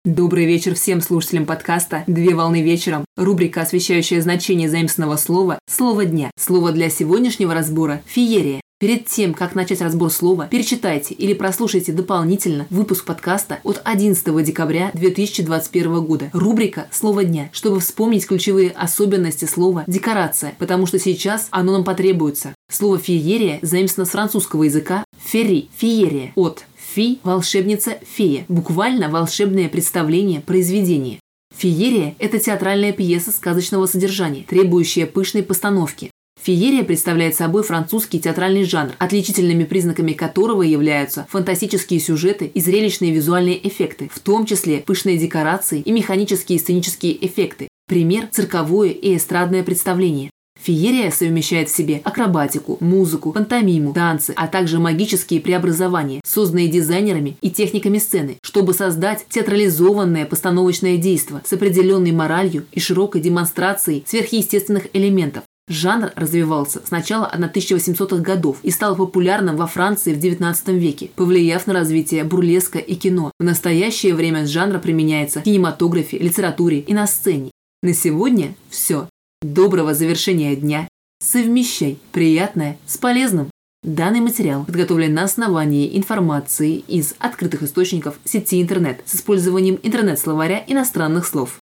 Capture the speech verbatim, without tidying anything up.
Добрый вечер всем слушателям подкаста «Две волны вечером». Рубрика, освещающая значение заимственного слова «Слово дня». Слово для сегодняшнего разбора – «феерия». Перед тем, как начать разбор слова, перечитайте или прослушайте дополнительно выпуск подкаста от одиннадцатого декабря две тысячи двадцать первого года. Рубрика «Слово дня», чтобы вспомнить ключевые особенности слова «декорация», потому что сейчас оно нам потребуется. Слово «феерия» заимствовано с французского языка «фери» – «феерия» от «фи» – волшебница, фея, буквально волшебное представление, произведение. Феерия – это театральная пьеса сказочного содержания, требующая пышной постановки. Феерия представляет собой французский театральный жанр, отличительными признаками которого являются фантастические сюжеты и зрелищные визуальные эффекты, в том числе пышные декорации и механические сценические эффекты. Пример – цирковое и эстрадное представление. Феерия совмещает в себе акробатику, музыку, пантомиму, танцы, а также магические преобразования, созданные дизайнерами и техниками сцены, чтобы создать театрализованное постановочное действо с определенной моралью и широкой демонстрацией сверхъестественных элементов. Жанр развивался с начала тысяча восьмисотых годов и стал популярным во Франции в девятнадцатом веке, повлияв на развитие бурлеска и кино. В настоящее время жанр применяется в кинематографе, литературе и на сцене. На сегодня все. Доброго завершения дня. Совмещай приятное с полезным. Данный материал подготовлен на основании информации из открытых источников сети интернет с использованием интернет-словаря иностранных слов.